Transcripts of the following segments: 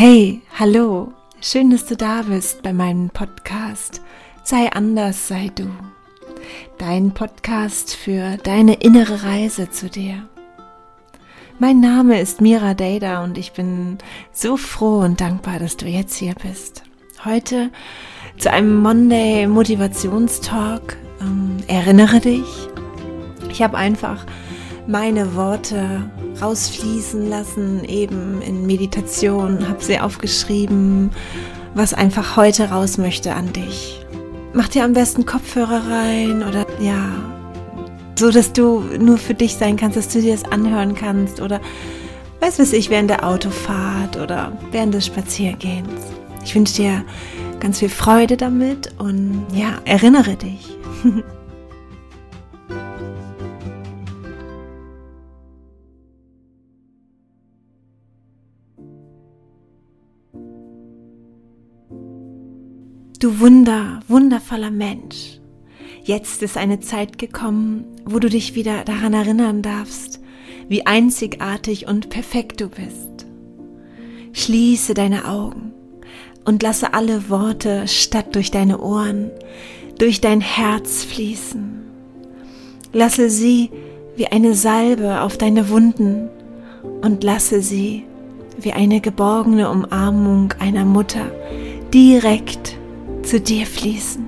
Hey, hallo, schön, dass du da bist bei meinem Podcast Sei anders, sei du. Dein Podcast für deine innere Reise zu dir. Mein Name ist Mira Dejda und ich bin so froh und dankbar, dass du jetzt hier bist. Heute zu einem Monday Motivationstalk. Erinnere dich, ich habe einfach meine Worte rausfließen lassen, eben in Meditation, habe sie aufgeschrieben, was einfach heute raus möchte an dich. Mach dir am besten Kopfhörer rein oder so, dass du nur für dich sein kannst, dass du dir das anhören kannst oder was ich, während der Autofahrt oder während des Spaziergehens. Ich wünsche dir ganz viel Freude damit und erinnere dich. Du wundervoller Mensch, jetzt ist eine Zeit gekommen, wo du dich wieder daran erinnern darfst, wie einzigartig und perfekt du bist. Schließe deine Augen und lasse alle Worte statt durch deine Ohren, durch dein Herz fließen. Lasse sie wie eine Salbe auf deine Wunden und lasse sie wie eine geborgene Umarmung einer Mutter direkt zu dir fließen.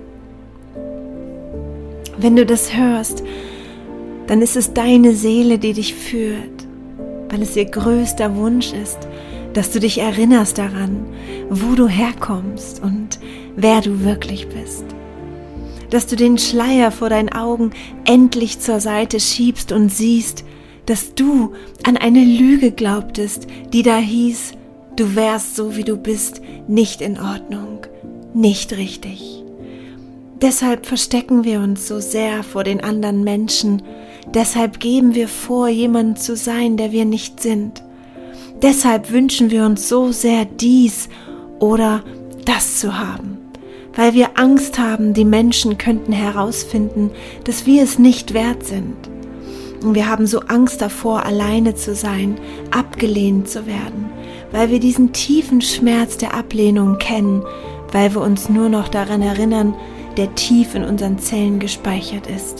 Wenn du das hörst, dann ist es deine Seele, die dich führt, weil es ihr größter Wunsch ist, dass du dich erinnerst daran, wo du herkommst und wer du wirklich bist. Dass du den Schleier vor deinen Augen endlich zur Seite schiebst und siehst, dass du an eine Lüge glaubtest, die da hieß, du wärst so wie du bist, nicht in Ordnung. Nicht richtig. Deshalb verstecken wir uns so sehr vor den anderen Menschen. Deshalb geben wir vor, jemand zu sein, der wir nicht sind. Deshalb wünschen wir uns so sehr dies oder das zu haben, weil wir Angst haben, die Menschen könnten herausfinden, dass wir es nicht wert sind. Und wir haben so Angst davor, alleine zu sein, abgelehnt zu werden, weil wir diesen tiefen Schmerz der Ablehnung kennen, weil wir uns nur noch daran erinnern, der tief in unseren Zellen gespeichert ist.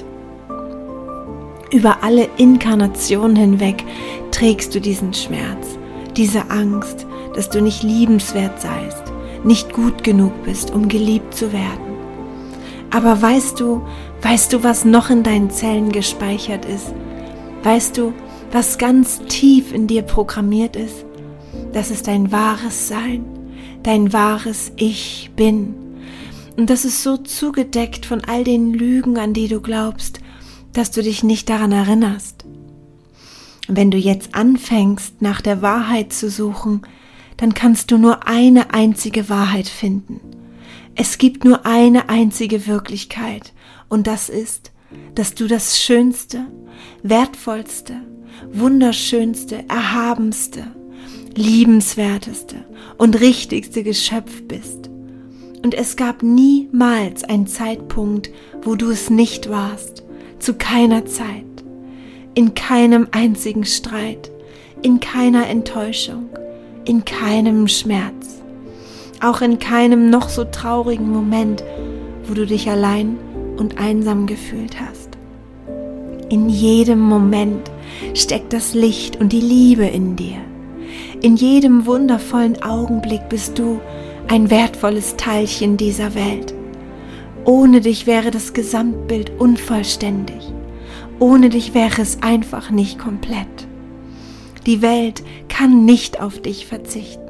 Über alle Inkarnationen hinweg trägst du diesen Schmerz, diese Angst, dass du nicht liebenswert seist, nicht gut genug bist, um geliebt zu werden. Aber weißt du, was noch in deinen Zellen gespeichert ist? Weißt du, was ganz tief in dir programmiert ist? Das ist dein wahres Sein. Dein wahres Ich bin. Und das ist so zugedeckt von all den Lügen, an die du glaubst, dass du dich nicht daran erinnerst. Wenn du jetzt anfängst, nach der Wahrheit zu suchen, dann kannst du nur eine einzige Wahrheit finden. Es gibt nur eine einzige Wirklichkeit und das ist, dass du das Schönste, Wertvollste, Wunderschönste, Erhabenste, Liebenswerteste und richtigste Geschöpf bist. Und es gab niemals einen Zeitpunkt, wo du es nicht warst, zu keiner Zeit, in keinem einzigen Streit, in keiner Enttäuschung, in keinem Schmerz, auch in keinem noch so traurigen Moment, wo du dich allein und einsam gefühlt hast. In jedem Moment steckt das Licht und die Liebe in dir. In jedem wundervollen Augenblick bist du ein wertvolles Teilchen dieser Welt. Ohne dich wäre das Gesamtbild unvollständig. Ohne dich wäre es einfach nicht komplett. Die Welt kann nicht auf dich verzichten.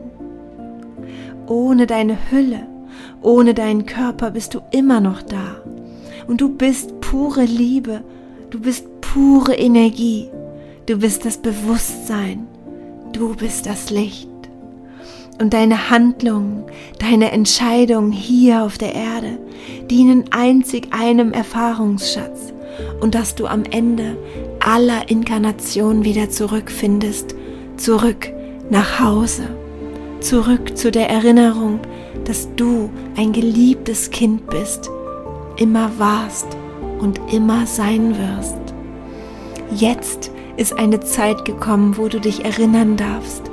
Ohne deine Hülle, ohne deinen Körper bist du immer noch da. Und du bist pure Liebe, du bist pure Energie, du bist das Bewusstsein. Du bist das Licht und deine Handlungen, deine Entscheidungen hier auf der Erde dienen einzig einem Erfahrungsschatz und dass du am Ende aller Inkarnationen wieder zurückfindest, zurück nach Hause, zurück zu der Erinnerung, dass du ein geliebtes Kind bist, immer warst und immer sein wirst. Jetzt ist eine Zeit gekommen, wo du dich erinnern darfst,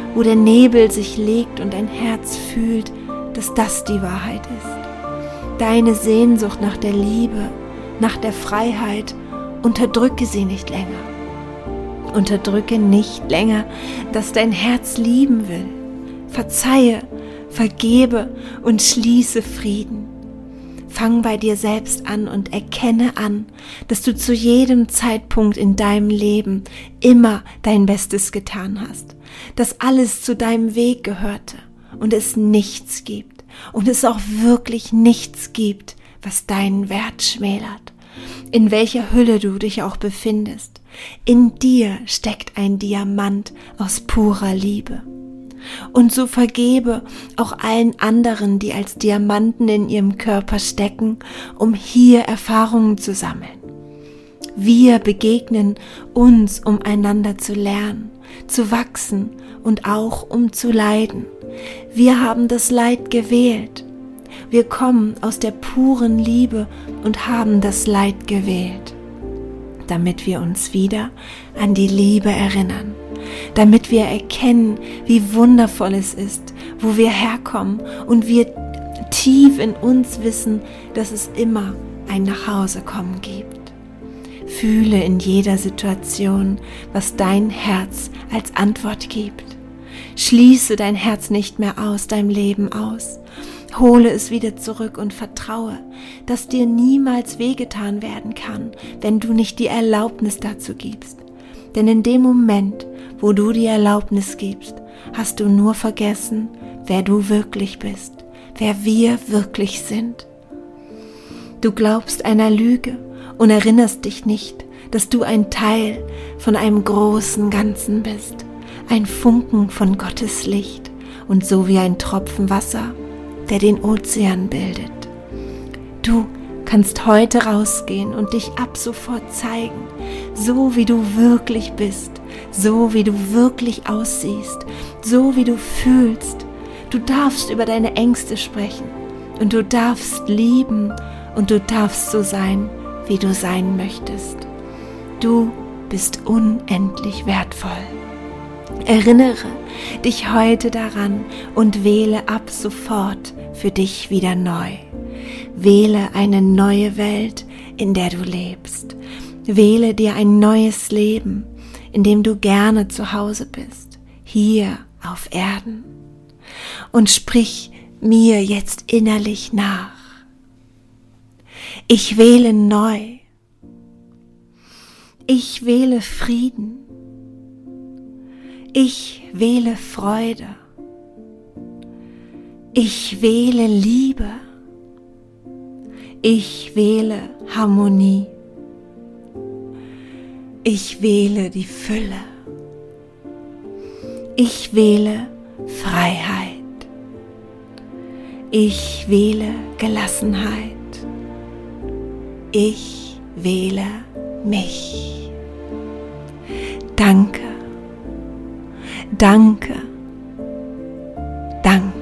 wo der Nebel sich legt und dein Herz fühlt, dass das die Wahrheit ist. Deine Sehnsucht nach der Liebe, nach der Freiheit, unterdrücke sie nicht länger. Unterdrücke nicht länger, dass dein Herz lieben will. Verzeihe, vergebe und schließe Frieden. Fang bei dir selbst an und erkenne an, dass du zu jedem Zeitpunkt in deinem Leben immer dein Bestes getan hast, dass alles zu deinem Weg gehörte und es nichts gibt und es auch wirklich nichts gibt, was deinen Wert schmälert. In welcher Hülle du dich auch befindest, in dir steckt ein Diamant aus purer Liebe. Und so vergebe auch allen anderen, die als Diamanten in ihrem Körper stecken, um hier Erfahrungen zu sammeln. Wir begegnen uns, um einander zu lernen, zu wachsen und auch um zu leiden. Wir haben das Leid gewählt. Wir kommen aus der puren Liebe und haben das Leid gewählt, damit wir uns wieder an die Liebe erinnern. Damit wir erkennen, wie wundervoll es ist, wo wir herkommen und wir tief in uns wissen, dass es immer ein Nachhausekommen gibt. Fühle in jeder Situation, was dein Herz als Antwort gibt. Schließe dein Herz nicht mehr aus deinem Leben aus. Hole es wieder zurück und vertraue, dass dir niemals wehgetan werden kann, wenn du nicht die Erlaubnis dazu gibst. Denn in dem Moment, wo du die Erlaubnis gibst, hast du nur vergessen, wer du wirklich bist, wer wir wirklich sind. Du glaubst einer Lüge und erinnerst dich nicht, dass du ein Teil von einem großen Ganzen bist, ein Funken von Gottes Licht und so wie ein Tropfen Wasser, der den Ozean bildet. Du kannst heute rausgehen und dich ab sofort zeigen, so wie du wirklich bist, so wie du wirklich aussiehst, so wie du fühlst. Du darfst über deine Ängste sprechen und du darfst lieben und du darfst so sein, wie du sein möchtest. Du bist unendlich wertvoll. Erinnere dich heute daran und wähle ab sofort für dich wieder neu. Wähle eine neue Welt, in der du lebst. Wähle dir ein neues Leben, in dem du gerne zu Hause bist, hier auf Erden. Und sprich mir jetzt innerlich nach. Ich wähle neu. Ich wähle Frieden. Ich wähle Freude. Ich wähle Liebe. Ich wähle Harmonie. Ich wähle die Fülle. Ich wähle Freiheit. Ich wähle Gelassenheit. Ich wähle mich. Danke. Danke. Danke.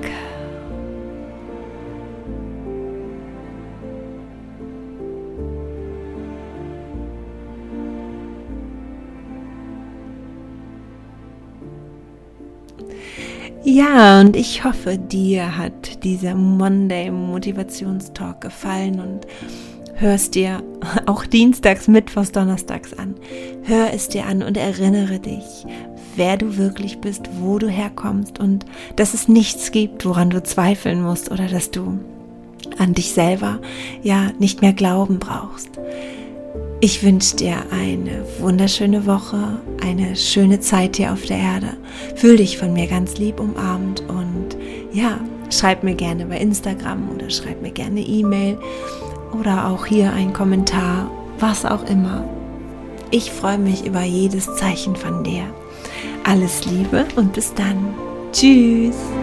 Ja, und ich hoffe, dir hat dieser Monday Motivationstalk gefallen und hörst dir auch dienstags, mittwochs, donnerstags an. Hör es dir an und erinnere dich, wer du wirklich bist, wo du herkommst und dass es nichts gibt, woran du zweifeln musst oder dass du an dich selber ja nicht mehr glauben brauchst. Ich wünsche dir eine wunderschöne Woche, eine schöne Zeit hier auf der Erde. Fühl dich von mir ganz lieb umarmt und ja, schreib mir gerne bei Instagram oder schreib mir gerne E-Mail oder auch hier einen Kommentar, was auch immer. Ich freue mich über jedes Zeichen von dir. Alles Liebe und bis dann. Tschüss.